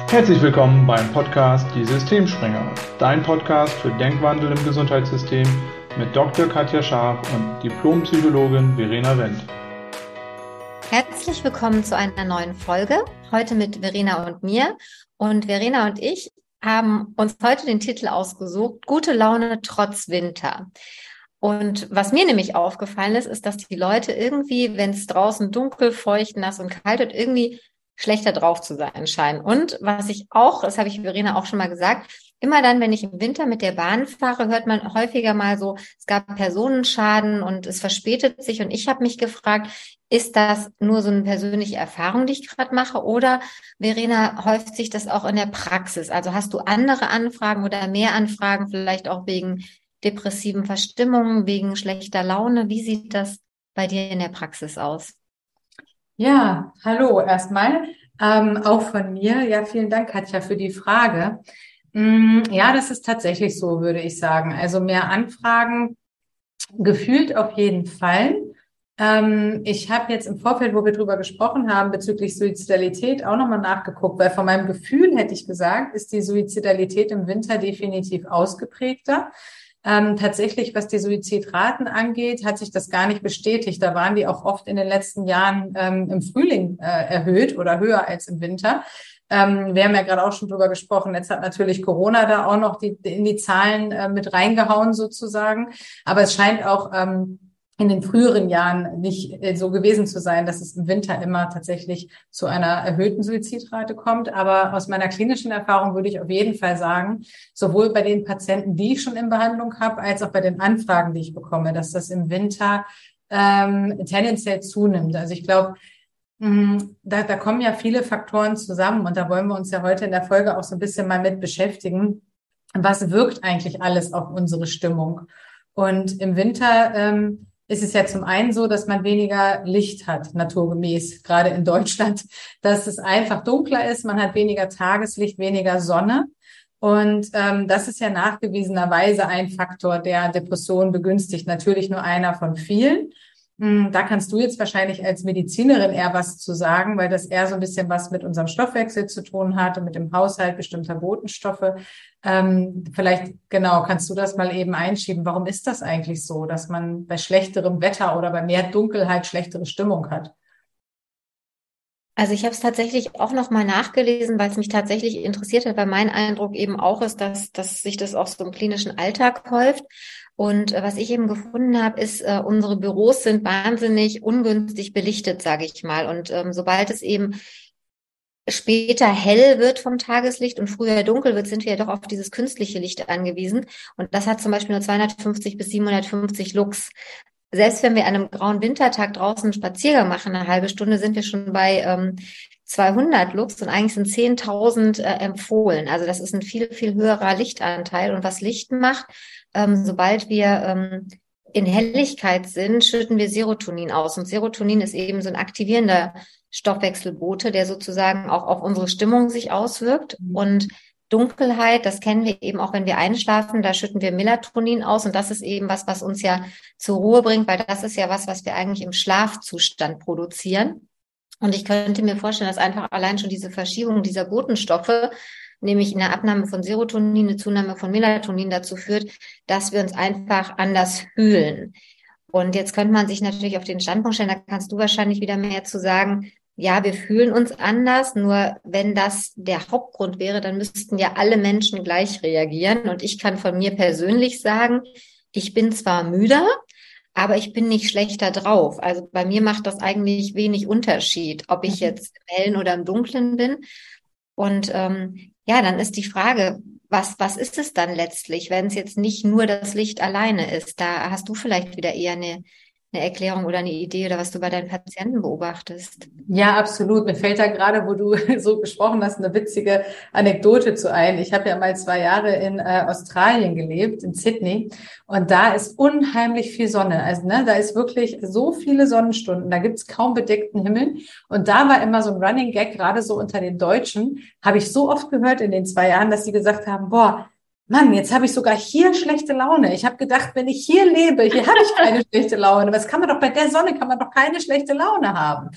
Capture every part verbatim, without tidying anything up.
Herzlich willkommen beim Podcast Die Systemspringer, dein Podcast für Denkwandel im Gesundheitssystem mit Doktor Katja Scharf und Diplompsychologin Verena Wendt. Herzlich willkommen zu einer neuen Folge, heute mit Verena und mir. Und Verena und ich haben uns heute den Titel ausgesucht, Gute Laune trotz Winter. Und was mir nämlich aufgefallen ist, ist, dass die Leute irgendwie, wenn es draußen dunkel, feucht, nass und kalt wird, irgendwie schlechter drauf zu sein scheinen. Und was ich auch, das habe ich Verena auch schon mal gesagt, immer dann, wenn ich im Winter mit der Bahn fahre, hört man häufiger mal so, es gab Personenschaden und es verspätet sich. Und ich habe mich gefragt, ist das nur so eine persönliche Erfahrung, die ich gerade mache? Oder, Verena, häuft sich das auch in der Praxis? Also hast du andere Anfragen oder mehr Anfragen, vielleicht auch wegen depressiven Verstimmungen, wegen schlechter Laune? Wie sieht das bei dir in der Praxis aus? Ja, hallo erstmal, ähm, auch von mir. Ja, vielen Dank, Katja, für die Frage. Mm, ja, das ist tatsächlich so, würde ich sagen. Also mehr Anfragen gefühlt auf jeden Fall. Ähm, ich habe jetzt im Vorfeld, wo wir drüber gesprochen haben, bezüglich Suizidalität auch nochmal nachgeguckt, weil von meinem Gefühl hätte ich gesagt, ist die Suizidalität im Winter definitiv ausgeprägter. Ähm, tatsächlich, was die Suizidraten angeht, hat sich das gar nicht bestätigt. Da waren die auch oft in den letzten Jahren ähm, im Frühling äh, erhöht oder höher als im Winter. Ähm, wir haben ja gerade auch schon drüber gesprochen. Jetzt hat natürlich Corona da auch noch die, in die Zahlen äh, mit reingehauen sozusagen. Aber es scheint auch ähm, in den früheren Jahren nicht äh, so gewesen zu sein, dass es im Winter immer tatsächlich zu einer erhöhten Suizidrate kommt. Aber aus meiner klinischen Erfahrung würde ich auf jeden Fall sagen, sowohl bei den Patienten, die ich schon in Behandlung habe, als auch bei den Anfragen, die ich bekomme, dass das im Winter ähm, tendenziell zunimmt. Also ich glaube, da, da kommen ja viele Faktoren zusammen und da wollen wir uns ja heute in der Folge auch so ein bisschen mal mit beschäftigen. Was wirkt eigentlich alles auf unsere Stimmung? Und im Winter ähm, ist es ja zum einen so, dass man weniger Licht hat, naturgemäß, gerade in Deutschland, dass es einfach dunkler ist, man hat weniger Tageslicht, weniger Sonne. Und ähm, das ist ja nachgewiesenerweise ein Faktor, der Depressionen begünstigt, natürlich nur einer von vielen. Da kannst du jetzt wahrscheinlich als Medizinerin eher was zu sagen, weil das eher so ein bisschen was mit unserem Stoffwechsel zu tun hat und mit dem Haushalt bestimmter Botenstoffe. Ähm, vielleicht, genau, kannst du das mal eben einschieben. Warum ist das eigentlich so, dass man bei schlechterem Wetter oder bei mehr Dunkelheit schlechtere Stimmung hat? Also ich habe es tatsächlich auch noch mal nachgelesen, weil es mich tatsächlich interessiert hat, weil mein Eindruck eben auch ist, dass, dass sich das auch so im klinischen Alltag häuft. Und äh, was ich eben gefunden habe, ist, äh, unsere Büros sind wahnsinnig ungünstig belichtet, sage ich mal. Und ähm, sobald es eben später hell wird vom Tageslicht und früher dunkel wird, sind wir ja doch auf dieses künstliche Licht angewiesen. Und das hat zum Beispiel nur zweihundertfünfzig bis siebenhundertfünfzig Lux. Selbst wenn wir an einem grauen Wintertag draußen einen Spaziergang machen, eine halbe Stunde, sind wir schon bei ähm, zweihundert Lux und eigentlich sind zehntausend äh, empfohlen. Also das ist ein viel, viel höherer Lichtanteil. Und was Licht macht, ähm, sobald wir ähm, in Helligkeit sind, schütten wir Serotonin aus. Und Serotonin ist eben so ein aktivierender Stoffwechselbote, der sozusagen auch auf unsere Stimmung sich auswirkt. Und Dunkelheit, das kennen wir eben auch, wenn wir einschlafen, da schütten wir Melatonin aus und das ist eben was, was uns ja zur Ruhe bringt, weil das ist ja was, was wir eigentlich im Schlafzustand produzieren. Und ich könnte mir vorstellen, dass einfach allein schon diese Verschiebung dieser Botenstoffe, nämlich in der Abnahme von Serotonin, eine Zunahme von Melatonin dazu führt, dass wir uns einfach anders fühlen. Und jetzt könnte man sich natürlich auf den Standpunkt stellen, da kannst du wahrscheinlich wieder mehr zu sagen, ja, wir fühlen uns anders, nur wenn das der Hauptgrund wäre, dann müssten ja alle Menschen gleich reagieren. Und ich kann von mir persönlich sagen, ich bin zwar müder, aber ich bin nicht schlechter drauf. Also bei mir macht das eigentlich wenig Unterschied, ob ich jetzt im Hellen oder im Dunklen bin. Und ähm, ja, dann ist die Frage, was, was ist es dann letztlich, wenn es jetzt nicht nur das Licht alleine ist? Da hast du vielleicht wieder eher eine eine Erklärung oder eine Idee oder was du bei deinen Patienten beobachtest. Ja, absolut. Mir fällt da gerade, wo du so gesprochen hast, eine witzige Anekdote zu ein. Ich habe ja mal zwei Jahre in äh, Australien gelebt, in Sydney. Und da ist unheimlich viel Sonne. Also ne, da ist wirklich so viele Sonnenstunden. Da gibt's kaum bedeckten Himmel. Und da war immer so ein Running Gag, gerade so unter den Deutschen, habe ich so oft gehört in den zwei Jahren, dass sie gesagt haben, boah, Mann, jetzt habe ich sogar hier schlechte Laune. Ich habe gedacht, wenn ich hier lebe, hier habe ich keine schlechte Laune. Was kann man doch bei der Sonne, kann man doch keine schlechte Laune haben.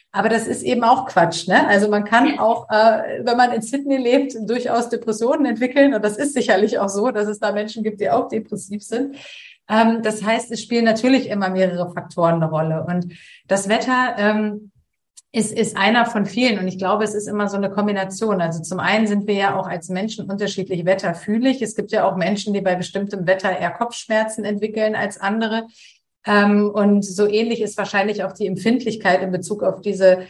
Aber das ist eben auch Quatsch, ne? Also man kann auch, äh, wenn man in Sydney lebt, durchaus Depressionen entwickeln. Und das ist sicherlich auch so, dass es da Menschen gibt, die auch depressiv sind. Ähm, das heißt, es spielen natürlich immer mehrere Faktoren eine Rolle. Und das Wetter, ähm, ist, ist einer von vielen. Und ich glaube, es ist immer so eine Kombination. Also zum einen sind wir ja auch als Menschen unterschiedlich wetterfühlig. Es gibt ja auch Menschen, die bei bestimmtem Wetter eher Kopfschmerzen entwickeln als andere. Ähm, und so ähnlich ist wahrscheinlich auch die Empfindlichkeit in Bezug auf diese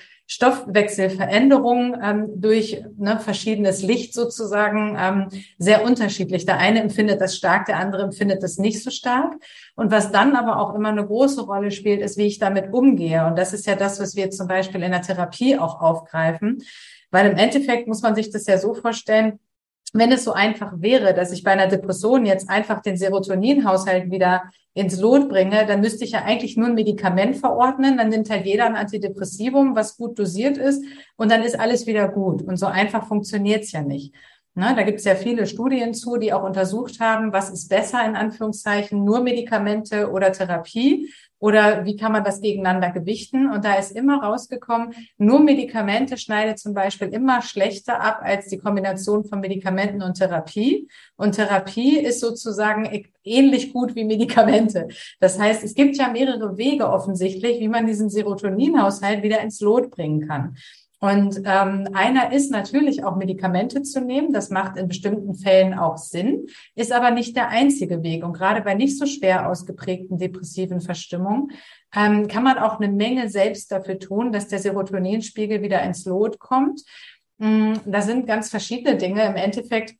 Stoffwechselveränderung ähm, durch ne, verschiedenes Licht sozusagen ähm, sehr unterschiedlich. Der eine empfindet das stark, der andere empfindet das nicht so stark. Und was dann aber auch immer eine große Rolle spielt, ist, wie ich damit umgehe. Und das ist ja das, was wir zum Beispiel in der Therapie auch aufgreifen. Weil im Endeffekt muss man sich das ja so vorstellen, wenn es so einfach wäre, dass ich bei einer Depression jetzt einfach den Serotoninhaushalt wieder ins Lot bringe, dann müsste ich ja eigentlich nur ein Medikament verordnen, dann nimmt halt jeder ein Antidepressivum, was gut dosiert ist, und dann ist alles wieder gut. Und so einfach funktioniert's ja nicht. Ne, da gibt es ja viele Studien zu, die auch untersucht haben, was ist besser in Anführungszeichen, nur Medikamente oder Therapie oder wie kann man das gegeneinander gewichten. Und da ist immer rausgekommen, nur Medikamente schneidet zum Beispiel immer schlechter ab als die Kombination von Medikamenten und Therapie. Und Therapie ist sozusagen ähnlich gut wie Medikamente. Das heißt, es gibt ja mehrere Wege offensichtlich, wie man diesen Serotoninhaushalt wieder ins Lot bringen kann. Und ähm, einer ist natürlich auch Medikamente zu nehmen. Das macht in bestimmten Fällen auch Sinn, ist aber nicht der einzige Weg. Und gerade bei nicht so schwer ausgeprägten depressiven Verstimmungen ähm, kann man auch eine Menge selbst dafür tun, dass der Serotoninspiegel wieder ins Lot kommt. Ähm, da sind ganz verschiedene Dinge. Im Endeffekt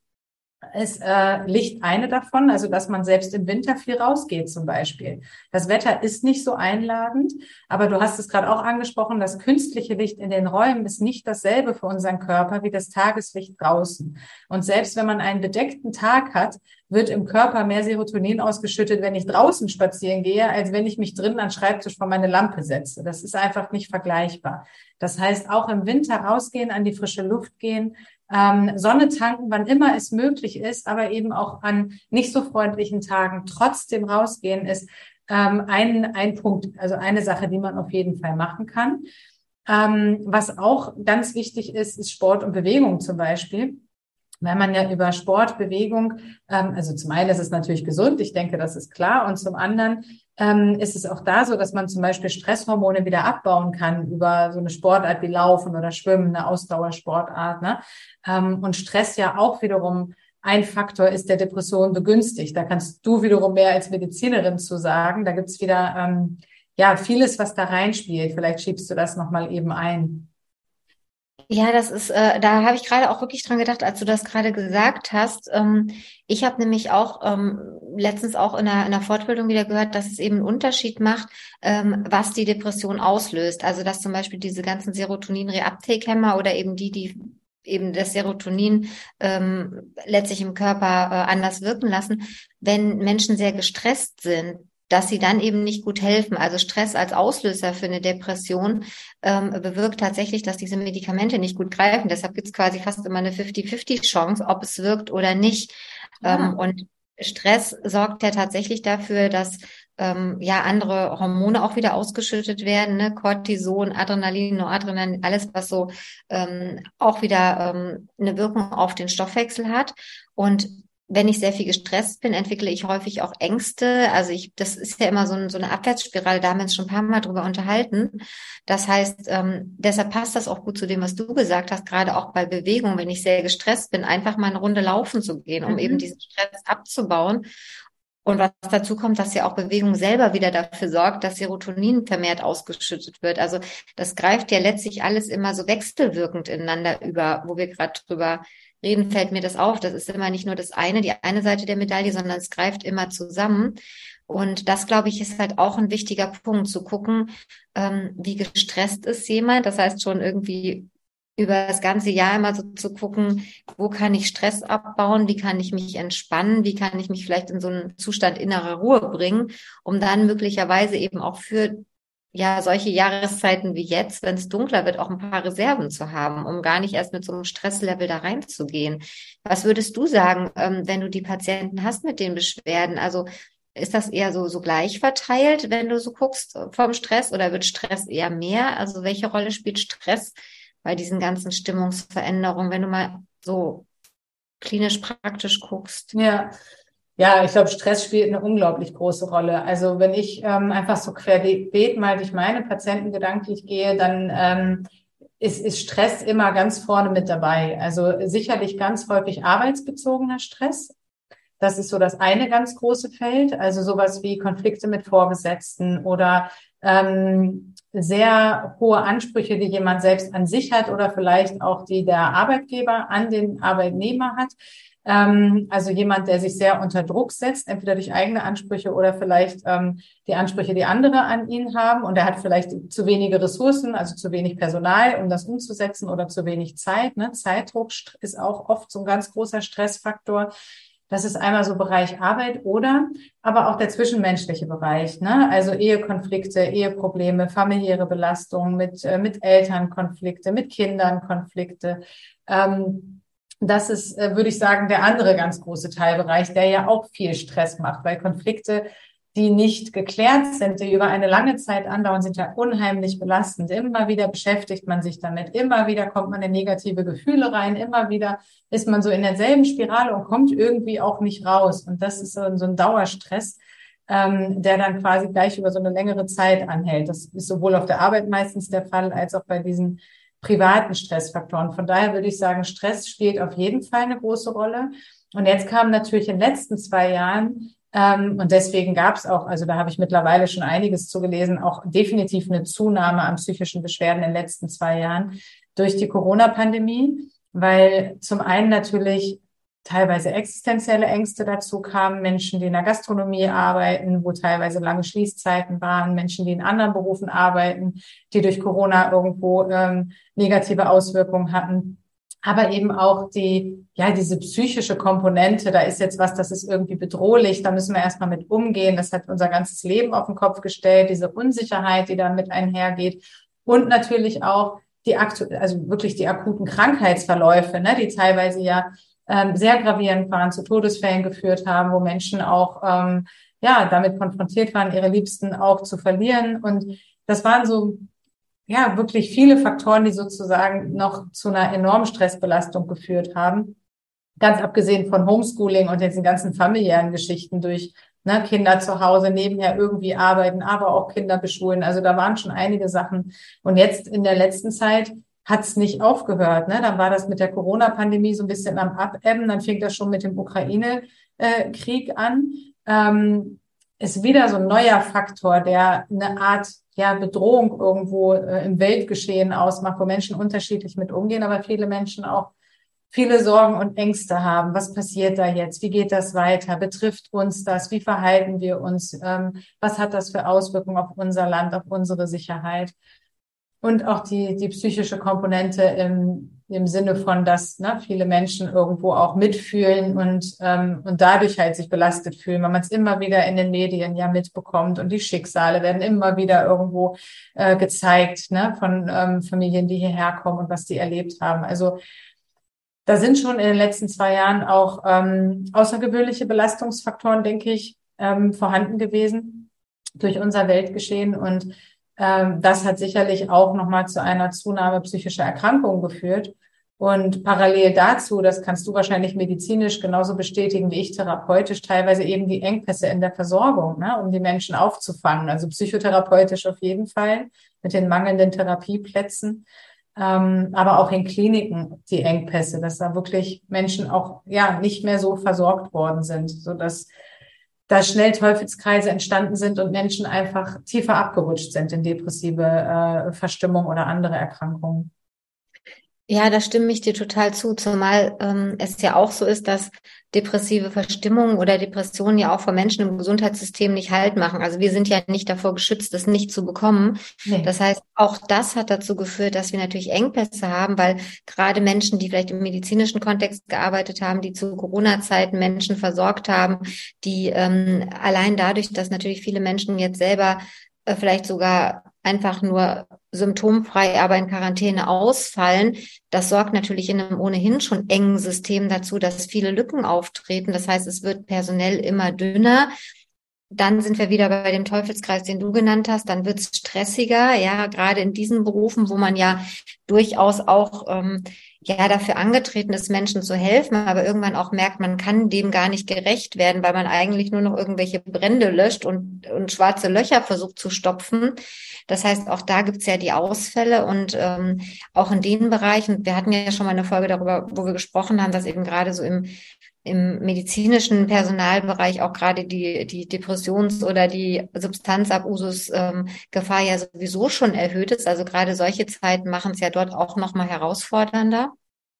ist äh, Licht eine davon, also dass man selbst im Winter viel rausgeht zum Beispiel. Das Wetter ist nicht so einladend, aber du hast es gerade auch angesprochen, das künstliche Licht in den Räumen ist nicht dasselbe für unseren Körper wie das Tageslicht draußen. Und selbst wenn man einen bedeckten Tag hat, wird im Körper mehr Serotonin ausgeschüttet, wenn ich draußen spazieren gehe, als wenn ich mich drinnen an den Schreibtisch vor meine Lampe setze. Das ist einfach nicht vergleichbar. Das heißt, auch im Winter rausgehen, an die frische Luft gehen, Ähm, Sonne tanken, wann immer es möglich ist, aber eben auch an nicht so freundlichen Tagen trotzdem rausgehen, ist ähm, ein, ein Punkt, also eine Sache, die man auf jeden Fall machen kann. Ähm, was auch ganz wichtig ist, ist Sport und Bewegung zum Beispiel. Weil man ja über Sport, Bewegung, ähm, also zum einen ist es natürlich gesund, ich denke, das ist klar, und zum anderen ähm, ist es auch da so, dass man zum Beispiel Stresshormone wieder abbauen kann über so eine Sportart wie Laufen oder Schwimmen, eine Ausdauersportart, ne? Ähm, und Stress ja auch wiederum ein Faktor ist, der Depression begünstigt. Da kannst du wiederum mehr als Medizinerin zu sagen. Da gibt's wieder ähm, ja vieles, was da reinspielt. Vielleicht schiebst du das nochmal eben ein. Ja, das ist, äh, da habe ich gerade auch wirklich dran gedacht, als du das gerade gesagt hast. Ähm, ich habe nämlich auch ähm, letztens auch in einer, in einer Fortbildung wieder gehört, dass es eben einen Unterschied macht, ähm, was die Depression auslöst. Also dass zum Beispiel diese ganzen Serotonin-Reuptake-Hämmer oder eben die, die eben das Serotonin ähm, letztlich im Körper äh, anders wirken lassen, wenn Menschen sehr gestresst sind, dass sie dann eben nicht gut helfen. Also Stress als Auslöser für eine Depression ähm, bewirkt tatsächlich, dass diese Medikamente nicht gut greifen. Deshalb gibt es quasi fast immer eine fifty-fifty Chance, ob es wirkt oder nicht. Ja. Ähm, und Stress sorgt ja tatsächlich dafür, dass ähm, ja andere Hormone auch wieder ausgeschüttet werden, ne? Cortison, Adrenalin, Noradrenalin, alles, was so ähm, auch wieder ähm, eine Wirkung auf den Stoffwechsel hat. Und wenn ich sehr viel gestresst bin, entwickle ich häufig auch Ängste. Also ich, das ist ja immer so, ein, so eine Abwärtsspirale, da haben wir uns schon ein paar Mal drüber unterhalten. Das heißt, ähm, deshalb passt das auch gut zu dem, was du gesagt hast, gerade auch bei Bewegung, wenn ich sehr gestresst bin, einfach mal eine Runde laufen zu gehen, um mhm. eben diesen Stress abzubauen. Und was dazu kommt, dass ja auch Bewegung selber wieder dafür sorgt, dass Serotonin vermehrt ausgeschüttet wird. Also das greift ja letztlich alles immer so wechselwirkend ineinander über, wo wir gerade drüber reden, fällt mir das auf. Das ist immer nicht nur das eine, die eine Seite der Medaille, sondern es greift immer zusammen. Und das, glaube ich, ist halt auch ein wichtiger Punkt, zu gucken, ähm, wie gestresst ist jemand. Das heißt schon irgendwie über das ganze Jahr immer so zu gucken, wo kann ich Stress abbauen, wie kann ich mich entspannen, wie kann ich mich vielleicht in so einen Zustand innerer Ruhe bringen, um dann möglicherweise eben auch für ja solche Jahreszeiten wie jetzt, wenn es dunkler wird, auch ein paar Reserven zu haben, um gar nicht erst mit so einem Stresslevel da reinzugehen. Was würdest du sagen, ähm, wenn du die Patienten hast mit den Beschwerden? Also ist das eher so, so gleich verteilt, wenn du so guckst vom Stress, oder wird Stress eher mehr? Also welche Rolle spielt Stress bei diesen ganzen Stimmungsveränderungen, wenn du mal so klinisch praktisch guckst? Ja. Ja, ich glaube, Stress spielt eine unglaublich große Rolle. Also wenn ich ähm, einfach so querbeet mal durch meine Patienten gedanklich gehe, dann ähm, ist, ist Stress immer ganz vorne mit dabei. Also sicherlich ganz häufig arbeitsbezogener Stress. Das ist so das eine ganz große Feld. Also sowas wie Konflikte mit Vorgesetzten oder ähm, sehr hohe Ansprüche, die jemand selbst an sich hat oder vielleicht auch die der Arbeitgeber an den Arbeitnehmer hat. Ähm, also jemand, der sich sehr unter Druck setzt, entweder durch eigene Ansprüche oder vielleicht ähm, die Ansprüche, die andere an ihn haben. Und er hat vielleicht zu wenige Ressourcen, also zu wenig Personal, um das umzusetzen, oder zu wenig Zeit. Ne? Zeitdruck ist auch oft so ein ganz großer Stressfaktor. Das ist einmal so Bereich Arbeit oder aber auch der zwischenmenschliche Bereich, ne? Also Ehekonflikte, Eheprobleme, familiäre Belastungen, mit, äh, mit Eltern Konflikte, mit Kindern Konflikte. Ähm, das ist, äh, würde ich sagen, der andere ganz große Teilbereich, der ja auch viel Stress macht, weil Konflikte, die nicht geklärt sind, die über eine lange Zeit andauern, sind ja unheimlich belastend. Immer wieder beschäftigt man sich damit, immer wieder kommt man in negative Gefühle rein, immer wieder ist man so in derselben Spirale und kommt irgendwie auch nicht raus. Und das ist so, so ein Dauerstress, ähm, der dann quasi gleich über so eine längere Zeit anhält. Das ist sowohl auf der Arbeit meistens der Fall, als auch bei diesen privaten Stressfaktoren. Von daher würde ich sagen, Stress spielt auf jeden Fall eine große Rolle. Und jetzt kam natürlich in den letzten zwei Jahren Ähm, und deswegen gab es auch, also da habe ich mittlerweile schon einiges zugelesen, auch definitiv eine Zunahme an psychischen Beschwerden in den letzten zwei Jahren durch die Corona-Pandemie, weil zum einen natürlich teilweise existenzielle Ängste dazu kamen, Menschen, die in der Gastronomie arbeiten, wo teilweise lange Schließzeiten waren, Menschen, die in anderen Berufen arbeiten, die durch Corona irgendwo ähm, negative Auswirkungen hatten. Aber eben auch die, ja, diese psychische Komponente, da ist jetzt was, das ist irgendwie bedrohlich, da müssen wir erstmal mit umgehen. Das hat unser ganzes Leben auf den Kopf gestellt, diese Unsicherheit, die da mit einhergeht. Und natürlich auch die aktu- also wirklich die akuten Krankheitsverläufe, ne, die teilweise ja ähm, sehr gravierend waren, zu Todesfällen geführt haben, wo Menschen auch ähm, ja damit konfrontiert waren, ihre Liebsten auch zu verlieren. Und das waren so ja, wirklich viele Faktoren, die sozusagen noch zu einer enormen Stressbelastung geführt haben. Ganz abgesehen von Homeschooling und diesen ganzen familiären Geschichten durch ne, Kinder zu Hause, nebenher irgendwie arbeiten, aber auch Kinder beschulen. Also da waren schon einige Sachen. Und jetzt in der letzten Zeit hat es nicht aufgehört. Ne? Dann war das mit der Corona-Pandemie so ein bisschen am Abebben. Dann fing das schon mit dem Ukraine-Krieg an. Ähm, ist wieder so ein neuer Faktor, der eine Art ja, Bedrohung irgendwo äh, im Weltgeschehen ausmacht, wo Menschen unterschiedlich mit umgehen, aber viele Menschen auch viele Sorgen und Ängste haben. Was passiert da jetzt? Wie geht das weiter? Betrifft uns das? Wie verhalten wir uns? Ähm, was hat das für Auswirkungen auf unser Land, auf unsere Sicherheit? Und auch die, die psychische Komponente im, im Sinne von, dass ne, viele Menschen irgendwo auch mitfühlen und, ähm, und dadurch halt sich belastet fühlen, weil man es immer wieder in den Medien ja mitbekommt und die Schicksale werden immer wieder irgendwo äh, gezeigt, ne, von ähm, Familien, die hierher kommen und was die erlebt haben. Also da sind schon in den letzten zwei Jahren auch ähm, außergewöhnliche Belastungsfaktoren, denke ich, ähm, vorhanden gewesen durch unser Weltgeschehen. Und ähm, das hat sicherlich auch nochmal zu einer Zunahme psychischer Erkrankungen geführt. Und parallel dazu, das kannst du wahrscheinlich medizinisch genauso bestätigen wie ich therapeutisch, teilweise eben die Engpässe in der Versorgung, ne, um die Menschen aufzufangen. Also psychotherapeutisch auf jeden Fall mit den mangelnden Therapieplätzen. Ähm, aber auch in Kliniken die Engpässe, dass da wirklich Menschen auch ja nicht mehr so versorgt worden sind, so dass da schnell Teufelskreise entstanden sind und Menschen einfach tiefer abgerutscht sind in depressive äh, Verstimmung oder andere Erkrankungen. Ja, da stimme ich dir total zu, zumal ähm, es ja auch so ist, dass depressive Verstimmungen oder Depressionen ja auch von Menschen im Gesundheitssystem nicht Halt machen. Also wir sind ja nicht davor geschützt, das nicht zu bekommen. Nee. Das heißt, auch das hat dazu geführt, dass wir natürlich Engpässe haben, weil gerade Menschen, die vielleicht im medizinischen Kontext gearbeitet haben, die zu Corona-Zeiten Menschen versorgt haben, die ähm, allein dadurch, dass natürlich viele Menschen jetzt selber äh, vielleicht sogar einfach nur symptomfrei, aber in Quarantäne ausfallen, das sorgt natürlich in einem ohnehin schon engen System dazu, dass viele Lücken auftreten. Das heißt, es wird personell immer dünner. dann sind wir wieder bei dem Teufelskreis, den du genannt hast. Dann wird es stressiger, ja, gerade in diesen Berufen, wo man ja durchaus auch ähm, ja dafür angetreten ist, Menschen zu helfen, aber irgendwann auch merkt, man kann dem gar nicht gerecht werden, weil man eigentlich nur noch irgendwelche Brände löscht und, und schwarze Löcher versucht zu stopfen. Das heißt, auch da gibt's ja die Ausfälle und ähm, auch in den Bereichen, wir hatten ja schon mal eine Folge darüber, wo wir gesprochen haben, dass eben gerade so im im medizinischen Personalbereich auch gerade die, die Depressions- oder die Substanzabusus-Gefahr ähm, ja sowieso schon erhöht ist. Also gerade solche Zeiten machen es ja dort auch nochmal herausfordernder.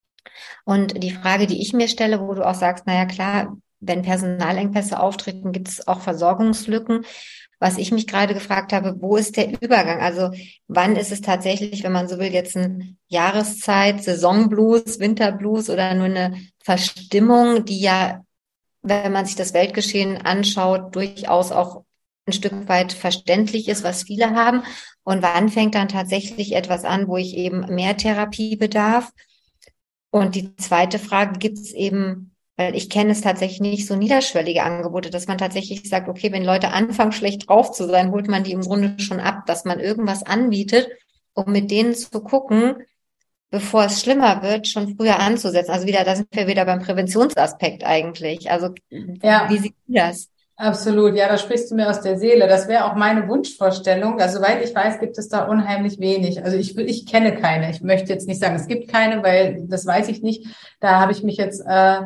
Und die Frage, die ich mir stelle, wo du auch sagst, naja klar, wenn Personalengpässe auftreten, gibt es auch Versorgungslücken. Was ich mich gerade gefragt habe, wo ist der Übergang? Also wann ist es tatsächlich, wenn man so will, jetzt eine Jahreszeit, Saisonblues, Winterblues oder nur eine Verstimmung, die ja, wenn man sich das Weltgeschehen anschaut, durchaus auch ein Stück weit verständlich ist, was viele haben. Und wann fängt dann tatsächlich etwas an, wo ich eben mehr Therapie bedarf? Und die zweite Frage, gibt es eben, weil ich kenne es tatsächlich nicht, so niederschwellige Angebote, dass man tatsächlich sagt, okay, wenn Leute anfangen, schlecht drauf zu sein, holt man die im Grunde schon ab, dass man irgendwas anbietet, um mit denen zu gucken, bevor es schlimmer wird, schon früher anzusetzen. Also wieder, da sind wir wieder beim Präventionsaspekt eigentlich. Also Ja. Wie siehst du das? Absolut, ja, da sprichst du mir aus der Seele. Das wäre auch meine Wunschvorstellung. Also, soweit ich weiß, gibt es da unheimlich wenig. Also ich, ich kenne keine. Ich möchte jetzt nicht sagen, es gibt keine, weil das weiß ich nicht. Da habe ich mich jetzt äh,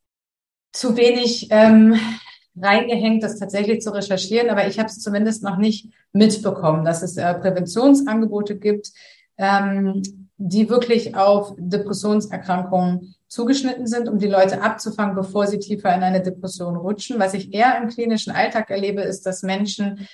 zu wenig ähm, reingehängt, das tatsächlich zu recherchieren. Aber ich habe es zumindest noch nicht mitbekommen, dass es äh, Präventionsangebote gibt, ähm, die wirklich auf Depressionserkrankungen zugeschnitten sind, um die Leute abzufangen, bevor sie tiefer in eine Depression rutschen. Was ich eher im klinischen Alltag erlebe, ist, dass Menschen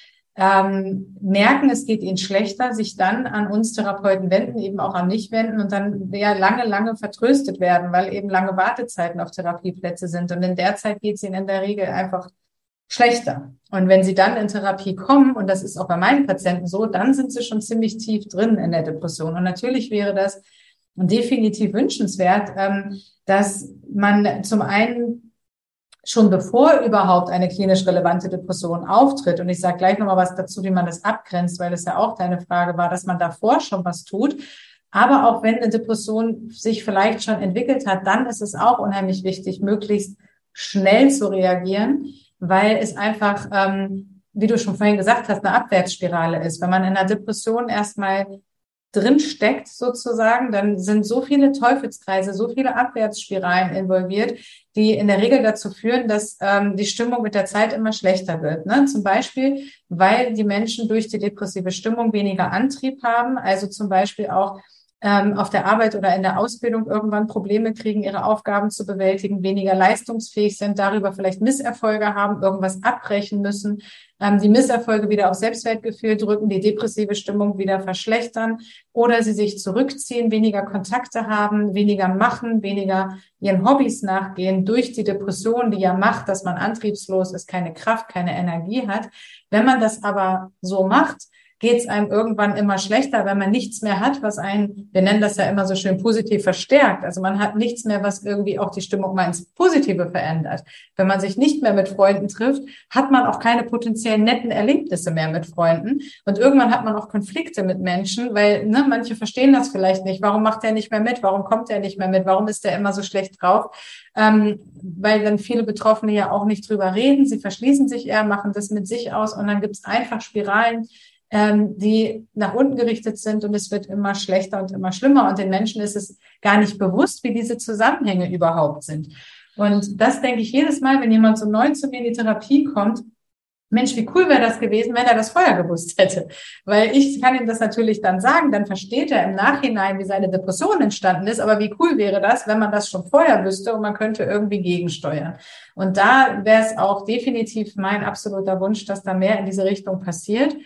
ähm, merken, es geht ihnen schlechter, sich dann an uns Therapeuten wenden, eben auch an mich wenden und dann ja lange, lange vertröstet werden, weil eben lange Wartezeiten auf Therapieplätze sind. Und in der Zeit geht es ihnen in der Regel einfach schlechter. Und wenn sie dann in Therapie kommen, und das ist auch bei meinen Patienten so, dann sind sie schon ziemlich tief drin in der Depression. Und natürlich wäre das definitiv wünschenswert, ähm, dass man zum einen schon bevor überhaupt eine klinisch relevante Depression auftritt, und ich sage gleich nochmal was dazu, wie man das abgrenzt, weil das ja auch deine Frage war, dass man davor schon was tut. Aber auch wenn eine Depression sich vielleicht schon entwickelt hat, dann ist es auch unheimlich wichtig, möglichst schnell zu reagieren, weil es einfach, ähm, wie du schon vorhin gesagt hast, eine Abwärtsspirale ist. Wenn man in einer Depression erstmal drin steckt sozusagen, dann sind so viele Teufelskreise, so viele Abwärtsspiralen involviert, die in der Regel dazu führen, dass ähm, die Stimmung mit der Zeit immer schlechter wird. Ne? Zum Beispiel, weil die Menschen durch die depressive Stimmung weniger Antrieb haben, also zum Beispiel auch ähm, auf der Arbeit oder in der Ausbildung irgendwann Probleme kriegen, ihre Aufgaben zu bewältigen, weniger leistungsfähig sind, darüber vielleicht Misserfolge haben, irgendwas abbrechen müssen, ähm, die Misserfolge wieder auf Selbstwertgefühl drücken, die depressive Stimmung wieder verschlechtern oder sie sich zurückziehen, weniger Kontakte haben, weniger machen, weniger ihren Hobbys nachgehen durch die Depression, die ja macht, dass man antriebslos ist, keine Kraft, keine Energie hat. Wenn man das aber so macht, geht es einem irgendwann immer schlechter, weil man nichts mehr hat, was einen, wir nennen das ja immer so schön, positiv verstärkt. Also man hat nichts mehr, was irgendwie auch die Stimmung mal ins Positive verändert. Wenn man sich nicht mehr mit Freunden trifft, hat man auch keine potenziell netten Erlebnisse mehr mit Freunden. Und irgendwann hat man auch Konflikte mit Menschen, weil ne, manche verstehen das vielleicht nicht. Warum macht er nicht mehr mit? Warum kommt er nicht mehr mit? Warum ist er immer so schlecht drauf? Ähm, weil dann viele Betroffene ja auch nicht drüber reden. Sie verschließen sich eher, machen das mit sich aus und dann gibt es einfach Spiralen, ähm, die nach unten gerichtet sind und es wird immer schlechter und immer schlimmer und den Menschen ist es gar nicht bewusst, wie diese Zusammenhänge überhaupt sind. Und das denke ich jedes Mal, wenn jemand so neu zu mir in die Therapie kommt, Mensch, wie cool wäre das gewesen, wenn er das vorher gewusst hätte. Weil ich kann ihm das natürlich dann sagen, dann versteht er im Nachhinein, wie seine Depression entstanden ist. Aber wie cool wäre das, wenn man das schon vorher wüsste und man könnte irgendwie gegensteuern. Und da wäre es auch definitiv mein absoluter Wunsch, dass da mehr in diese Richtung passiert.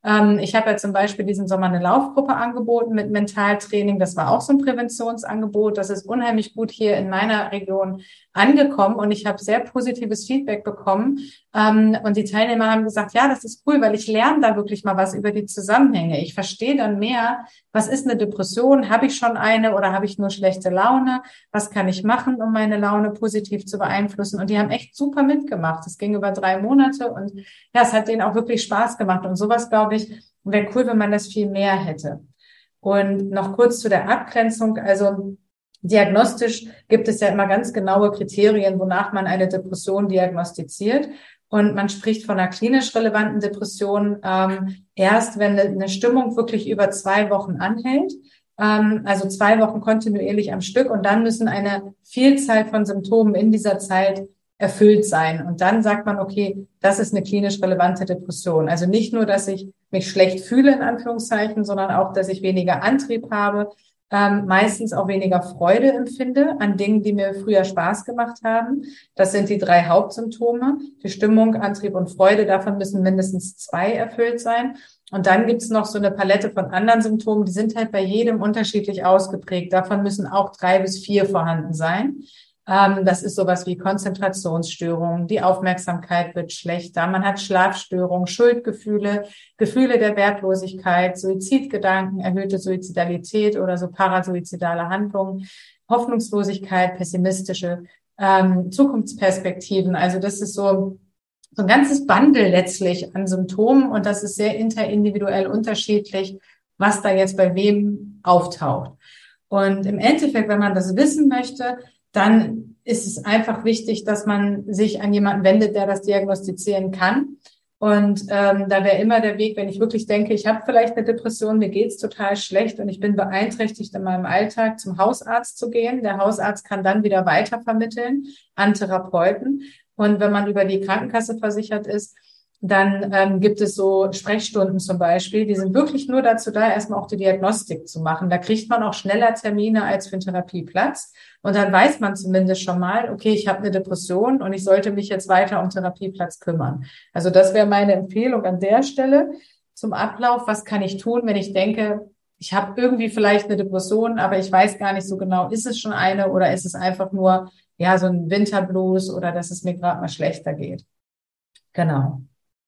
Ähm, ich habe ja zum Beispiel diesen Sommer eine Laufgruppe angeboten mit Mentaltraining. Das war auch so ein Präventionsangebot. Das ist unheimlich gut hier in meiner Region angekommen und ich habe sehr positives Feedback bekommen. Ähm, und die Teilnehmer haben gesagt, ja, das ist cool, weil ich lerne da wirklich mal was über die Zusammenhänge. Ich verstehe dann mehr, was ist eine Depression? Habe ich schon eine oder habe ich nur schlechte Laune? Was kann ich machen, um meine Laune positiv zu beeinflussen? Und die haben echt super mitgemacht. Das ging über drei Monate und ja, es hat denen auch wirklich Spaß gemacht. Und sowas, glaube ich, wäre cool, wenn man das viel mehr hätte. Und noch kurz zu der Abgrenzung. Also diagnostisch gibt es ja immer ganz genaue Kriterien, wonach man eine Depression diagnostiziert. Und man spricht von einer klinisch relevanten Depression ähm, erst, wenn eine Stimmung wirklich über zwei Wochen anhält. Ähm, also zwei Wochen kontinuierlich am Stück. Und dann müssen eine Vielzahl von Symptomen in dieser Zeit erfüllt sein. Und dann sagt man, okay, das ist eine klinisch relevante Depression. Also nicht nur, dass ich mich schlecht fühle, in Anführungszeichen, sondern auch, dass ich weniger Antrieb habe, ähm, meistens auch weniger Freude empfinde an Dingen, die mir früher Spaß gemacht haben. Das sind die drei Hauptsymptome. Die Stimmung, Antrieb und Freude, davon müssen mindestens zwei erfüllt sein. Und dann gibt's noch so eine Palette von anderen Symptomen, die sind halt bei jedem unterschiedlich ausgeprägt. Davon müssen auch drei bis vier vorhanden sein. Ähm, das ist sowas wie Konzentrationsstörungen, die Aufmerksamkeit wird schlechter, man hat Schlafstörungen, Schuldgefühle, Gefühle der Wertlosigkeit, Suizidgedanken, erhöhte Suizidalität oder so parasuizidale Handlungen, Hoffnungslosigkeit, pessimistische ähm, Zukunftsperspektiven. Also das ist so so ein ganzes Bundle letztlich an Symptomen und das ist sehr interindividuell unterschiedlich, was da jetzt bei wem auftaucht. Und im Endeffekt, wenn man das wissen möchte, dann ist es einfach wichtig, dass man sich an jemanden wendet, der das diagnostizieren kann. Und ähm, da wäre immer der Weg, wenn ich wirklich denke, ich habe vielleicht eine Depression, mir geht's total schlecht und ich bin beeinträchtigt in meinem Alltag, zum Hausarzt zu gehen. Der Hausarzt kann dann wieder weitervermitteln an Therapeuten. Und wenn man über die Krankenkasse versichert ist, dann ähm, gibt es so Sprechstunden zum Beispiel, die sind wirklich nur dazu da, erstmal auch die Diagnostik zu machen. Da kriegt man auch schneller Termine als für einen Therapieplatz. Und dann weiß man zumindest schon mal, okay, ich habe eine Depression und ich sollte mich jetzt weiter um Therapieplatz kümmern. Also das wäre meine Empfehlung an der Stelle zum Ablauf. Was kann ich tun, wenn ich denke, ich habe irgendwie vielleicht eine Depression, aber ich weiß gar nicht so genau, ist es schon eine oder ist es einfach nur ja so ein Winterblues oder dass es mir gerade mal schlechter geht. Genau.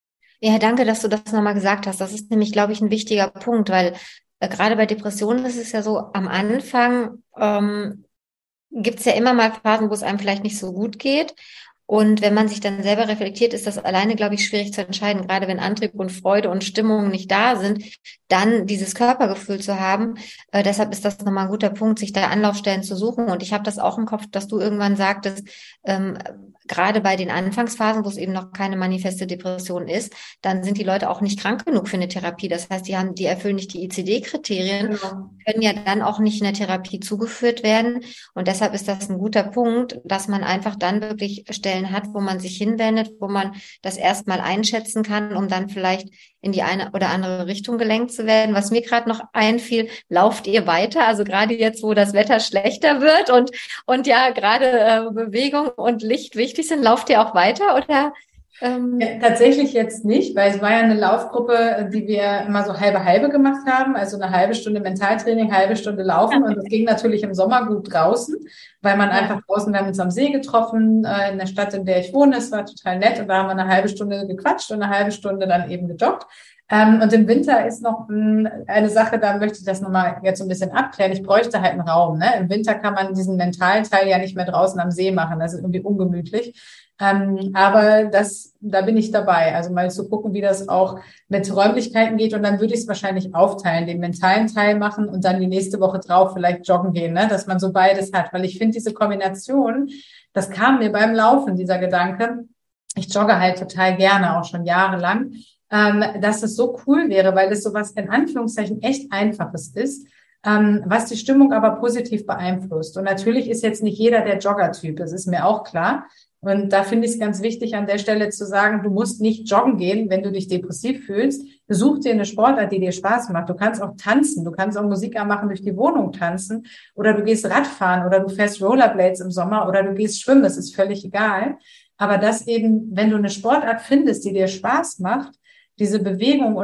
Ja, danke, dass du das nochmal gesagt hast. Das ist nämlich, glaube ich, ein wichtiger Punkt, weil äh, gerade bei Depressionen ist es ja so, am Anfang ähm, gibt es ja immer mal Phasen, wo es einem vielleicht nicht so gut geht. Und wenn man sich dann selber reflektiert, ist das alleine, glaube ich, schwierig zu entscheiden. Gerade wenn Antrieb und Freude und Stimmung nicht da sind, dann dieses Körpergefühl zu haben. Äh, deshalb ist das nochmal ein guter Punkt, sich da Anlaufstellen zu suchen. Und ich habe das auch im Kopf, dass du irgendwann sagtest, ähm, gerade bei den Anfangsphasen, wo es eben noch keine manifeste Depression ist, dann sind die Leute auch nicht krank genug für eine Therapie. Das heißt, die haben, die erfüllen nicht die I C D-Kriterien, genau, können ja dann auch nicht in der Therapie zugeführt werden. Und deshalb ist das ein guter Punkt, dass man einfach dann wirklich Stellen hat, wo man sich hinwendet, wo man das erstmal einschätzen kann, um dann vielleicht in die eine oder andere Richtung gelenkt zu werden. Was mir gerade noch einfiel, lauft ihr weiter? Also gerade jetzt, wo das Wetter schlechter wird und und ja gerade äh, Bewegung und Licht wichtig sind, lauft ihr auch weiter oder? Ähm ja, tatsächlich jetzt nicht, weil es war ja eine Laufgruppe, die wir immer so halbe halbe gemacht haben, also eine halbe Stunde Mentaltraining, halbe Stunde Laufen und das ging natürlich im Sommer gut draußen, weil man ja. einfach draußen, wir haben uns am See getroffen, äh, in der Stadt, in der ich wohne, es war total nett und da haben wir eine halbe Stunde gequatscht und eine halbe Stunde dann eben gejoggt. Ähm, und im Winter ist noch mh, eine Sache, da möchte ich das nochmal jetzt so ein bisschen abklären. Ich bräuchte halt einen Raum. Ne? Im Winter kann man diesen mentalen Teil ja nicht mehr draußen am See machen. Das ist irgendwie ungemütlich. Ähm, aber das, da bin ich dabei. Also mal zu gucken, wie das auch mit Räumlichkeiten geht. Und dann würde ich es wahrscheinlich aufteilen, den mentalen Teil machen und dann die nächste Woche drauf vielleicht joggen gehen, ne? Dass man so beides hat. Weil ich finde diese Kombination, das kam mir beim Laufen, dieser Gedanke. Ich jogge halt total gerne, auch schon jahrelang. Ähm, dass es so cool wäre, weil es sowas in Anführungszeichen echt Einfaches ist, ähm, was die Stimmung aber positiv beeinflusst. Und natürlich ist jetzt nicht jeder der Jogger-Typ, das ist mir auch klar. Und da finde ich es ganz wichtig, an der Stelle zu sagen, du musst nicht joggen gehen, wenn du dich depressiv fühlst. Besuch dir eine Sportart, die dir Spaß macht. Du kannst auch tanzen, du kannst auch Musik anmachen, durch die Wohnung tanzen oder du gehst Radfahren oder du fährst Rollerblades im Sommer oder du gehst schwimmen, das ist völlig egal. Aber das eben, wenn du eine Sportart findest, die dir Spaß macht, diese Bewegung und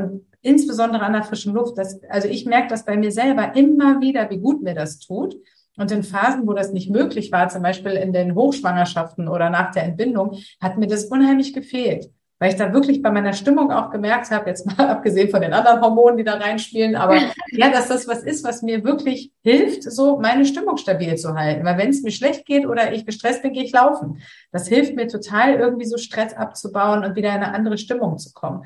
insbesondere an der frischen Luft. Das, also ich merke das bei mir selber immer wieder, wie gut mir das tut. Und in Phasen, wo das nicht möglich war, zum Beispiel in den Hochschwangerschaften oder nach der Entbindung, hat mir das unheimlich gefehlt. Weil ich da wirklich bei meiner Stimmung auch gemerkt habe, jetzt mal abgesehen von den anderen Hormonen, die da reinspielen, aber ja, dass das was ist, was mir wirklich hilft, so meine Stimmung stabil zu halten. Weil wenn es mir schlecht geht oder ich gestresst bin, gehe ich laufen. Das hilft mir total, irgendwie so Stress abzubauen und wieder in eine andere Stimmung zu kommen.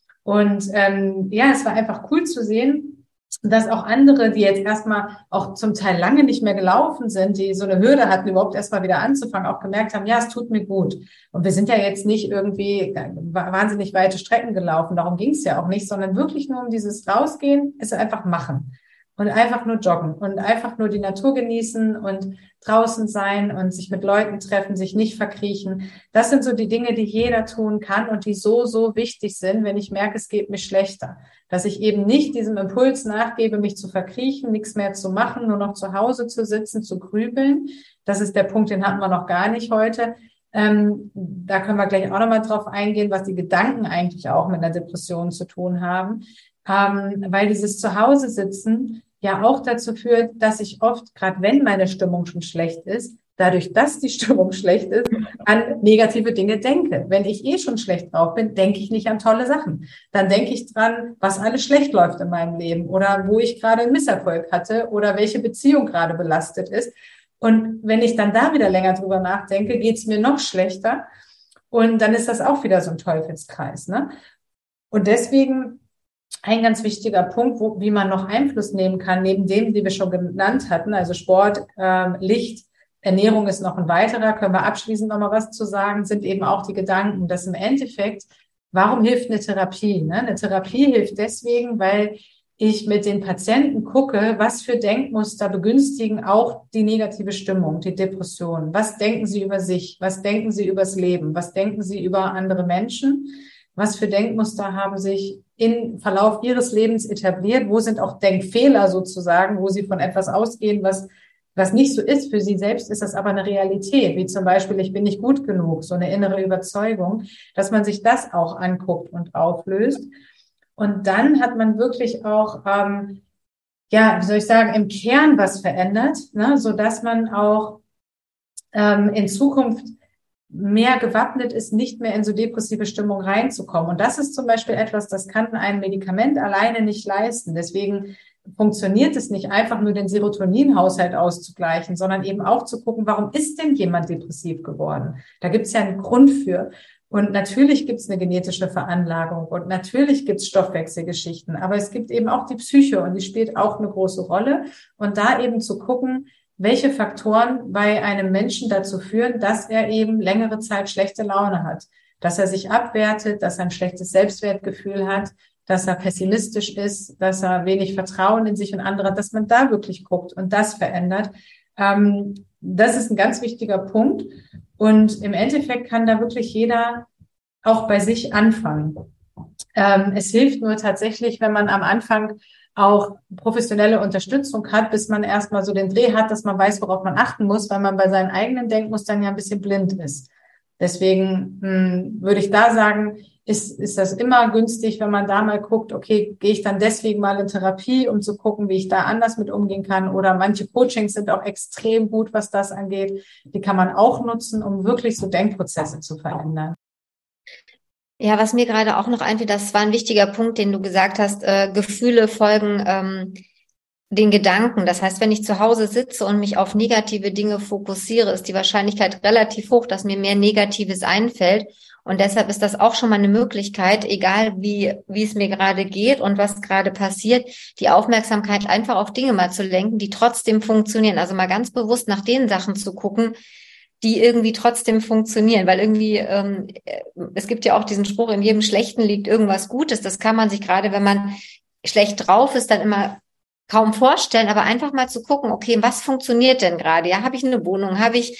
Und ähm, ja, es war einfach cool zu sehen, dass auch andere, die jetzt erstmal auch zum Teil lange nicht mehr gelaufen sind, die so eine Hürde hatten, überhaupt erstmal wieder anzufangen, auch gemerkt haben, ja, es tut mir gut. Und wir sind ja jetzt nicht irgendwie wahnsinnig weite Strecken gelaufen, darum ging es ja auch nicht, sondern wirklich nur um dieses Rausgehen, es einfach machen. Und einfach nur joggen und einfach nur die Natur genießen und draußen sein und sich mit Leuten treffen, sich nicht verkriechen. Das sind so die Dinge, die jeder tun kann und die so, so wichtig sind, wenn ich merke, es geht mir schlechter. Dass ich eben nicht diesem Impuls nachgebe, mich zu verkriechen, nichts mehr zu machen, nur noch zu Hause zu sitzen, zu grübeln. Das ist der Punkt, den hatten wir noch gar nicht heute. Ähm, da können wir gleich auch nochmal drauf eingehen, was die Gedanken eigentlich auch mit einer Depression zu tun haben. Ähm, weil dieses Zuhause sitzen ja auch dazu führt, dass ich oft, gerade wenn meine Stimmung schon schlecht ist, dadurch, dass die Stimmung schlecht ist, an negative Dinge denke. Wenn ich eh schon schlecht drauf bin, denke ich nicht an tolle Sachen. Dann denke ich dran, was alles schlecht läuft in meinem Leben oder wo ich gerade einen Misserfolg hatte oder welche Beziehung gerade belastet ist. Und wenn ich dann da wieder länger drüber nachdenke, geht's mir noch schlechter. Und dann ist das auch wieder so ein Teufelskreis, ne? Und deswegen ein ganz wichtiger Punkt, wo, wie man noch Einfluss nehmen kann, neben dem, die wir schon genannt hatten, also Sport, ähm, Licht, Ernährung ist noch ein weiterer, können wir abschließend noch mal was zu sagen, sind eben auch die Gedanken, dass im Endeffekt, warum hilft eine Therapie? Ne? Eine Therapie hilft deswegen, weil ich mit den Patienten gucke, was für Denkmuster begünstigen auch die negative Stimmung, die Depression. Was denken sie über sich? Was denken sie übers Leben? Was denken sie über andere Menschen? Was für Denkmuster haben sich im Verlauf ihres Lebens etabliert? Wo sind auch Denkfehler sozusagen, wo sie von etwas ausgehen, was was nicht so ist? Für sie selbst ist das aber eine Realität, wie zum Beispiel, ich bin nicht gut genug, so eine innere Überzeugung, dass man sich das auch anguckt und auflöst. Und dann hat man wirklich auch, ähm, ja, wie soll ich sagen, im Kern was verändert, ne, so dass man auch ähm, in Zukunft mehr gewappnet ist, nicht mehr in so depressive Stimmung reinzukommen. Und das ist zum Beispiel etwas, das kann ein Medikament alleine nicht leisten. Deswegen funktioniert es nicht, einfach nur den Serotoninhaushalt auszugleichen, sondern eben auch zu gucken, warum ist denn jemand depressiv geworden? Da gibt es ja einen Grund für. Und natürlich gibt es eine genetische Veranlagung und natürlich gibt es Stoffwechselgeschichten, aber es gibt eben auch die Psyche und die spielt auch eine große Rolle. Und da eben zu gucken, welche Faktoren bei einem Menschen dazu führen, dass er eben längere Zeit schlechte Laune hat, dass er sich abwertet, dass er ein schlechtes Selbstwertgefühl hat, dass er pessimistisch ist, dass er wenig Vertrauen in sich und andere hat, dass man da wirklich guckt und das verändert. Ähm, das ist ein ganz wichtiger Punkt. Und im Endeffekt kann da wirklich jeder auch bei sich anfangen. Ähm, es hilft nur tatsächlich, wenn man am Anfang auch professionelle Unterstützung hat, bis man erstmal so den Dreh hat, dass man weiß, worauf man achten muss, weil man bei seinen eigenen Denkmustern ja ein bisschen blind ist. Deswegen mh, würde ich da sagen, ist, ist das immer günstig, wenn man da mal guckt, okay, gehe ich dann deswegen mal in Therapie, um zu gucken, wie ich da anders mit umgehen kann. Oder manche Coachings sind auch extrem gut, was das angeht. Die kann man auch nutzen, um wirklich so Denkprozesse zu verändern. Ja, was mir gerade auch noch einfällt, das war ein wichtiger Punkt, den du gesagt hast, äh, Gefühle folgen ähm, den Gedanken. Das heißt, wenn ich zu Hause sitze und mich auf negative Dinge fokussiere, ist die Wahrscheinlichkeit relativ hoch, dass mir mehr Negatives einfällt. Und deshalb ist das auch schon mal eine Möglichkeit, egal wie wie es mir gerade geht und was gerade passiert, die Aufmerksamkeit einfach auf Dinge mal zu lenken, die trotzdem funktionieren. Also mal ganz bewusst nach den Sachen zu gucken, die irgendwie trotzdem funktionieren, weil irgendwie, ähm, es gibt ja auch diesen Spruch, in jedem Schlechten liegt irgendwas Gutes. Das kann man sich gerade, wenn man schlecht drauf ist, dann immer kaum vorstellen, aber einfach mal zu gucken, okay, was funktioniert denn gerade? Ja, habe ich eine Wohnung? Habe ich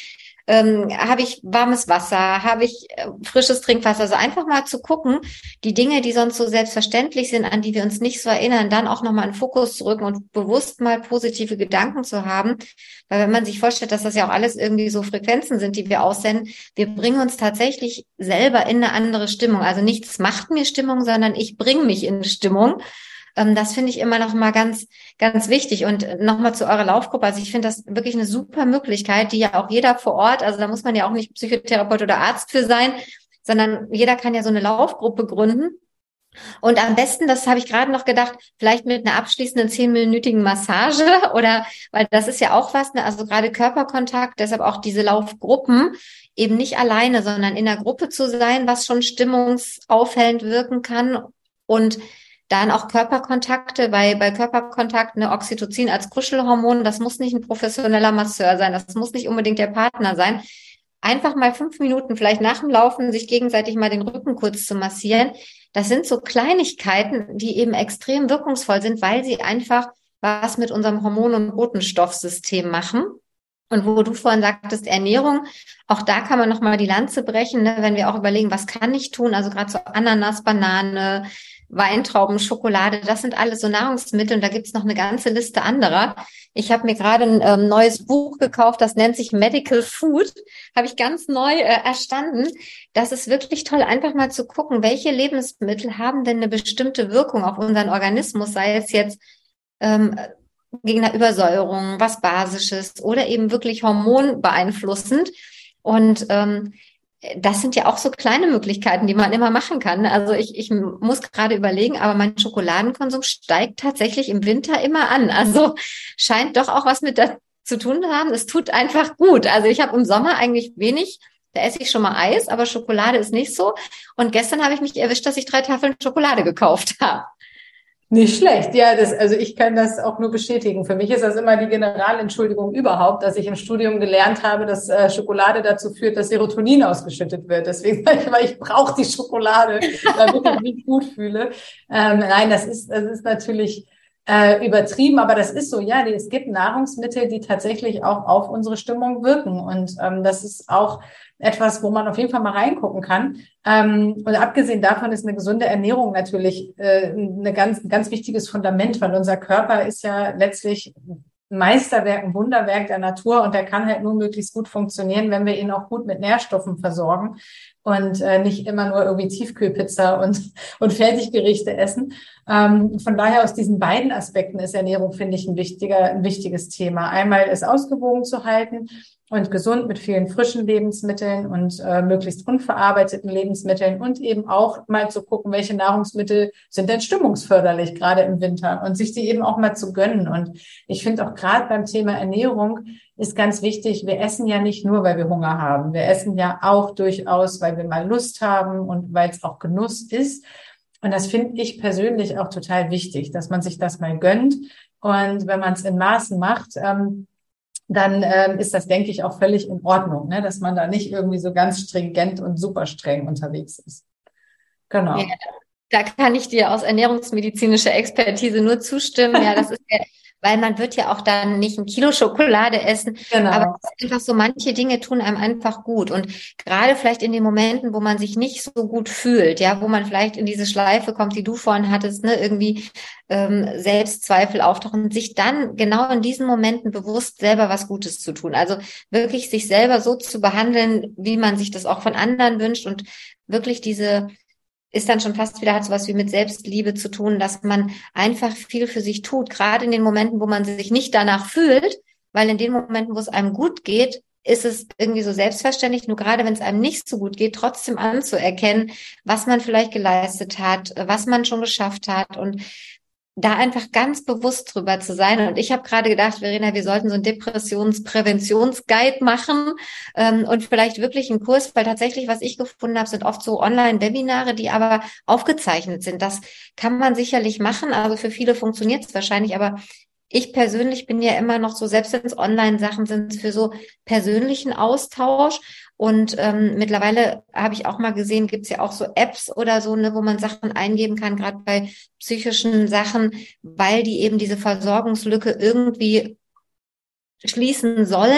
ähm, habe ich warmes Wasser, habe ich äh, frisches Trinkwasser. Also einfach mal zu gucken, die Dinge, die sonst so selbstverständlich sind, an die wir uns nicht so erinnern, dann auch nochmal in den Fokus zu rücken und bewusst mal positive Gedanken zu haben. Weil wenn man sich vorstellt, dass das ja auch alles irgendwie so Frequenzen sind, die wir aussenden, wir bringen uns tatsächlich selber in eine andere Stimmung. Also nichts macht mir Stimmung, sondern ich bringe mich in Stimmung. Ähm, das finde ich immer noch mal ganz, ganz wichtig. Und nochmal zu eurer Laufgruppe. Also ich finde das wirklich eine super Möglichkeit, die ja auch jeder vor Ort, also da muss man ja auch nicht Psychotherapeut oder Arzt für sein, sondern jeder kann ja so eine Laufgruppe gründen. Und am besten, das habe ich gerade noch gedacht, vielleicht mit einer abschließenden zehnminütigen Massage oder, weil das ist ja auch was, ne? Also gerade Körperkontakt, deshalb auch diese Laufgruppen, eben nicht alleine, sondern in der Gruppe zu sein, was schon stimmungsaufhellend wirken kann und dann auch Körperkontakte, bei, bei Körperkontakt, eine Oxytocin als Kuschelhormon, das muss nicht ein professioneller Masseur sein, das muss nicht unbedingt der Partner sein. Einfach mal fünf Minuten, vielleicht nach dem Laufen, sich gegenseitig mal den Rücken kurz zu massieren. Das sind so Kleinigkeiten, die eben extrem wirkungsvoll sind, weil sie einfach was mit unserem Hormon- und Botenstoffsystem machen. Und wo du vorhin sagtest, Ernährung, auch da kann man nochmal die Lanze brechen, ne, wenn wir auch überlegen, was kann ich tun? Also gerade so Ananas, Banane, Weintrauben, Schokolade, das sind alles so Nahrungsmittel und da gibt's noch eine ganze Liste anderer. Ich habe mir gerade ein ähm, neues Buch gekauft, das nennt sich Medical Food, habe ich ganz neu äh, erstanden. Das ist wirklich toll, einfach mal zu gucken, welche Lebensmittel haben denn eine bestimmte Wirkung auf unseren Organismus, sei es jetzt ähm, gegen eine Übersäuerung, was Basisches oder eben wirklich hormonbeeinflussend. Und ähm, das sind ja auch so kleine Möglichkeiten, die man immer machen kann. Also ich, ich muss gerade überlegen, aber mein Schokoladenkonsum steigt tatsächlich im Winter immer an. Also scheint doch auch was mit das zu tun zu haben. Es tut einfach gut. Also ich habe im Sommer eigentlich wenig, da esse ich schon mal Eis, aber Schokolade ist nicht so. Und gestern habe ich mich erwischt, dass ich drei Tafeln Schokolade gekauft habe. Nicht schlecht, ja, das, also ich kann das auch nur bestätigen. Für mich ist das immer die Generalentschuldigung überhaupt, dass ich im Studium gelernt habe, dass äh, Schokolade dazu führt, dass Serotonin ausgeschüttet wird. Deswegen sage ich immer, ich brauche die Schokolade, damit ich mich gut fühle. Ähm, nein, das ist, das ist natürlich äh, übertrieben, aber das ist so, ja, die, es gibt Nahrungsmittel, die tatsächlich auch auf unsere Stimmung wirken. Und ähm, das ist auch etwas, wo man auf jeden Fall mal reingucken kann. Ähm, und abgesehen davon ist eine gesunde Ernährung natürlich äh, eine ganz, ein ganz wichtiges Fundament, weil unser Körper ist ja letztlich ein Meisterwerk, ein Wunderwerk der Natur und der kann halt nur möglichst gut funktionieren, wenn wir ihn auch gut mit Nährstoffen versorgen und äh, nicht immer nur irgendwie Tiefkühlpizza und, und Fertiggerichte essen. Ähm, von daher aus diesen beiden Aspekten ist Ernährung, finde ich, ein wichtiger, ein wichtiges Thema. Einmal es ausgewogen zu halten und gesund mit vielen frischen Lebensmitteln und äh, möglichst unverarbeiteten Lebensmitteln und eben auch mal zu gucken, welche Nahrungsmittel sind denn stimmungsförderlich, gerade im Winter und sich die eben auch mal zu gönnen. Und ich finde auch gerade beim Thema Ernährung ist ganz wichtig, wir essen ja nicht nur, weil wir Hunger haben. Wir essen ja auch durchaus, weil wir mal Lust haben und weil es auch Genuss ist. Und das finde ich persönlich auch total wichtig, dass man sich das mal gönnt. Und wenn man es in Maßen macht, ähm, dann ähm, ist das, denke ich, auch völlig in Ordnung, ne? Dass man da nicht irgendwie so ganz stringent und super streng unterwegs ist. Genau. Ja, da kann ich dir aus ernährungsmedizinischer Expertise nur zustimmen. Ja, das ist ja, weil man wird ja auch dann nicht ein Kilo Schokolade essen. Genau. Aber es ist einfach so, manche Dinge tun einem einfach gut. Und gerade vielleicht in den Momenten, wo man sich nicht so gut fühlt, ja, wo man vielleicht in diese Schleife kommt, die du vorhin hattest, ne, irgendwie ähm, Selbstzweifel auftauchen, sich dann genau in diesen Momenten bewusst selber was Gutes zu tun. Also wirklich sich selber so zu behandeln, wie man sich das auch von anderen wünscht und wirklich diese ist dann schon fast wieder, hat so was wie mit Selbstliebe zu tun, dass man einfach viel für sich tut, gerade in den Momenten, wo man sich nicht danach fühlt, weil in den Momenten, wo es einem gut geht, ist es irgendwie so selbstverständlich, nur gerade wenn es einem nicht so gut geht, trotzdem anzuerkennen, was man vielleicht geleistet hat, was man schon geschafft hat und da einfach ganz bewusst drüber zu sein. Und ich habe gerade gedacht, Verena, wir sollten so einen Depressionspräventionsguide machen ähm, und vielleicht wirklich einen Kurs, weil tatsächlich, was ich gefunden habe, sind oft so Online-Webinare, die aber aufgezeichnet sind. Das kann man sicherlich machen. Also für viele funktioniert es wahrscheinlich, aber ich persönlich bin ja immer noch so, selbst wenn es Online-Sachen sind, für so persönlichen Austausch. Und ähm, mittlerweile habe ich auch mal gesehen, gibt's ja auch so Apps oder so, ne, wo man Sachen eingeben kann, gerade bei psychischen Sachen, weil die eben diese Versorgungslücke irgendwie schließen sollen.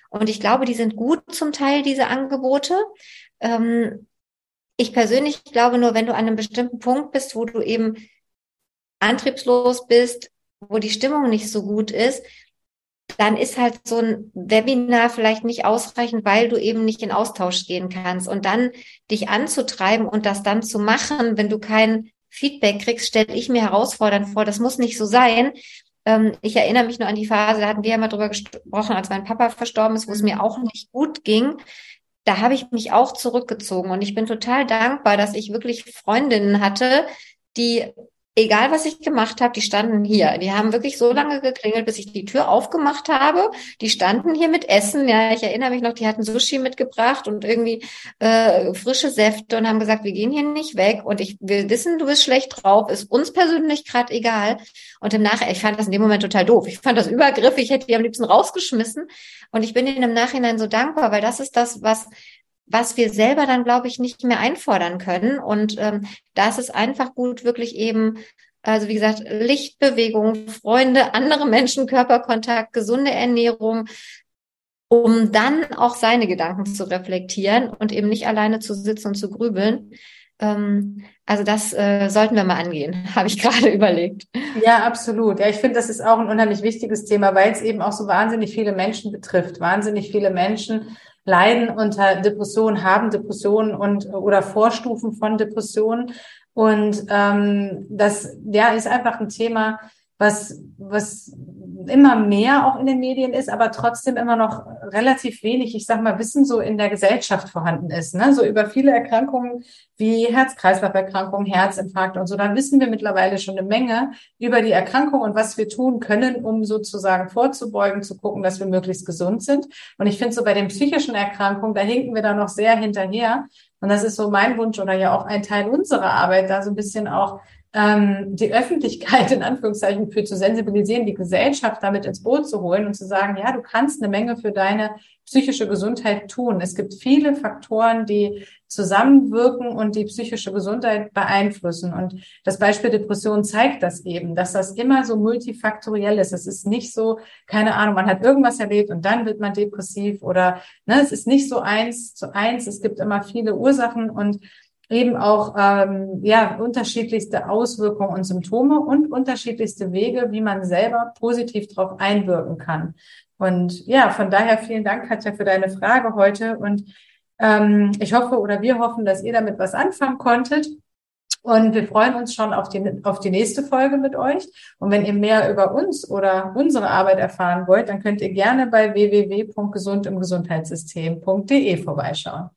Und ich glaube, die sind gut zum Teil, diese Angebote. Ähm, ich persönlich glaube nur, wenn du an einem bestimmten Punkt bist, wo du eben antriebslos bist, wo die Stimmung nicht so gut ist, dann ist halt so ein Webinar vielleicht nicht ausreichend, weil du eben nicht in Austausch gehen kannst. Und dann dich anzutreiben und das dann zu machen, wenn du kein Feedback kriegst, stelle ich mir herausfordernd vor. Das muss nicht so sein. Ähm, ich erinnere mich nur an die Phase, da hatten wir ja mal drüber gesprochen, als mein Papa verstorben ist, wo es mir auch nicht gut ging. Da habe ich mich auch zurückgezogen. Und ich bin total dankbar, dass ich wirklich Freundinnen hatte, die, egal was ich gemacht habe, die standen hier. Die haben wirklich so lange geklingelt, bis ich die Tür aufgemacht habe. Die standen hier mit Essen. Ja, ich erinnere mich noch, die hatten Sushi mitgebracht und irgendwie äh, frische Säfte und haben gesagt, wir gehen hier nicht weg. Und ich wir wissen, du bist schlecht drauf, ist uns persönlich gerade egal. Und im Nachhinein, ich fand das in dem Moment total doof. Ich fand das übergriffig, ich hätte die am liebsten rausgeschmissen. Und ich bin ihnen im Nachhinein so dankbar, weil das ist das, was was wir selber dann, glaube ich, nicht mehr einfordern können. Und ähm, da ist es einfach gut, wirklich eben, also wie gesagt, Lichtbewegung, Freunde, andere Menschen, Körperkontakt, gesunde Ernährung, um dann auch seine Gedanken zu reflektieren und eben nicht alleine zu sitzen und zu grübeln. Ähm, also das äh, sollten wir mal angehen, habe ich gerade überlegt. Ja, absolut. Ja, ich finde, das ist auch ein unheimlich wichtiges Thema, weil es eben auch so wahnsinnig viele Menschen betrifft. Wahnsinnig viele Menschen leiden unter Depressionen, haben Depressionen und oder Vorstufen von Depressionen. Und ähm, das ja ist einfach ein Thema, was was immer mehr auch in den Medien ist, aber trotzdem immer noch relativ wenig, ich sag mal, Wissen so in der Gesellschaft vorhanden ist. Ne? So über viele Erkrankungen wie Herz-Kreislauf-Erkrankungen, Herzinfarkte und so. Da wissen wir mittlerweile schon eine Menge über die Erkrankung und was wir tun können, um sozusagen vorzubeugen, zu gucken, dass wir möglichst gesund sind. Und ich finde so bei den psychischen Erkrankungen, da hinken wir da noch sehr hinterher. Und das ist so mein Wunsch oder ja auch ein Teil unserer Arbeit, da so ein bisschen auch ähm, die Öffentlichkeit in Anführungszeichen für zu sensibilisieren, die Gesellschaft damit ins Boot zu holen und zu sagen, ja, du kannst eine Menge für deine psychische Gesundheit tun. Es gibt viele Faktoren, die zusammenwirken und die psychische Gesundheit beeinflussen. Und das Beispiel Depression zeigt das eben, dass das immer so multifaktoriell ist. Es ist nicht so, keine Ahnung, man hat irgendwas erlebt und dann wird man depressiv oder ne, es ist nicht so eins zu eins. Es gibt immer viele Ursachen und eben auch ähm, ja unterschiedlichste Auswirkungen und Symptome und unterschiedlichste Wege, wie man selber positiv darauf einwirken kann. Und ja, von daher vielen Dank, Katja, für deine Frage heute. Und ähm, ich hoffe oder wir hoffen, dass ihr damit was anfangen konntet. Und wir freuen uns schon auf die, auf die nächste Folge mit euch. Und wenn ihr mehr über uns oder unsere Arbeit erfahren wollt, dann könnt ihr gerne bei w w w punkt gesund im gesundheitssystem punkt d e vorbeischauen.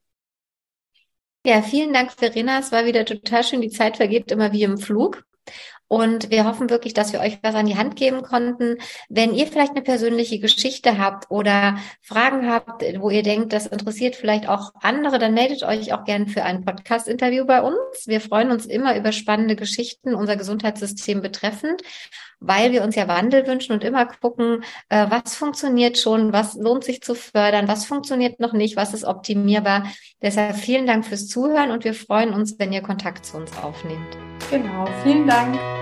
Ja, vielen Dank, Verena. Es war wieder total schön. Die Zeit vergeht immer wie im Flug. Und wir hoffen wirklich, dass wir euch was an die Hand geben konnten. Wenn ihr vielleicht eine persönliche Geschichte habt oder Fragen habt, wo ihr denkt, das interessiert vielleicht auch andere, dann meldet euch auch gerne für ein Podcast-Interview bei uns. Wir freuen uns immer über spannende Geschichten, unser Gesundheitssystem betreffend, weil wir uns ja Wandel wünschen und immer gucken, was funktioniert schon, was lohnt sich zu fördern, was funktioniert noch nicht, was ist optimierbar. Deshalb vielen Dank fürs Zuhören und wir freuen uns, wenn ihr Kontakt zu uns aufnehmt. Genau, vielen Dank.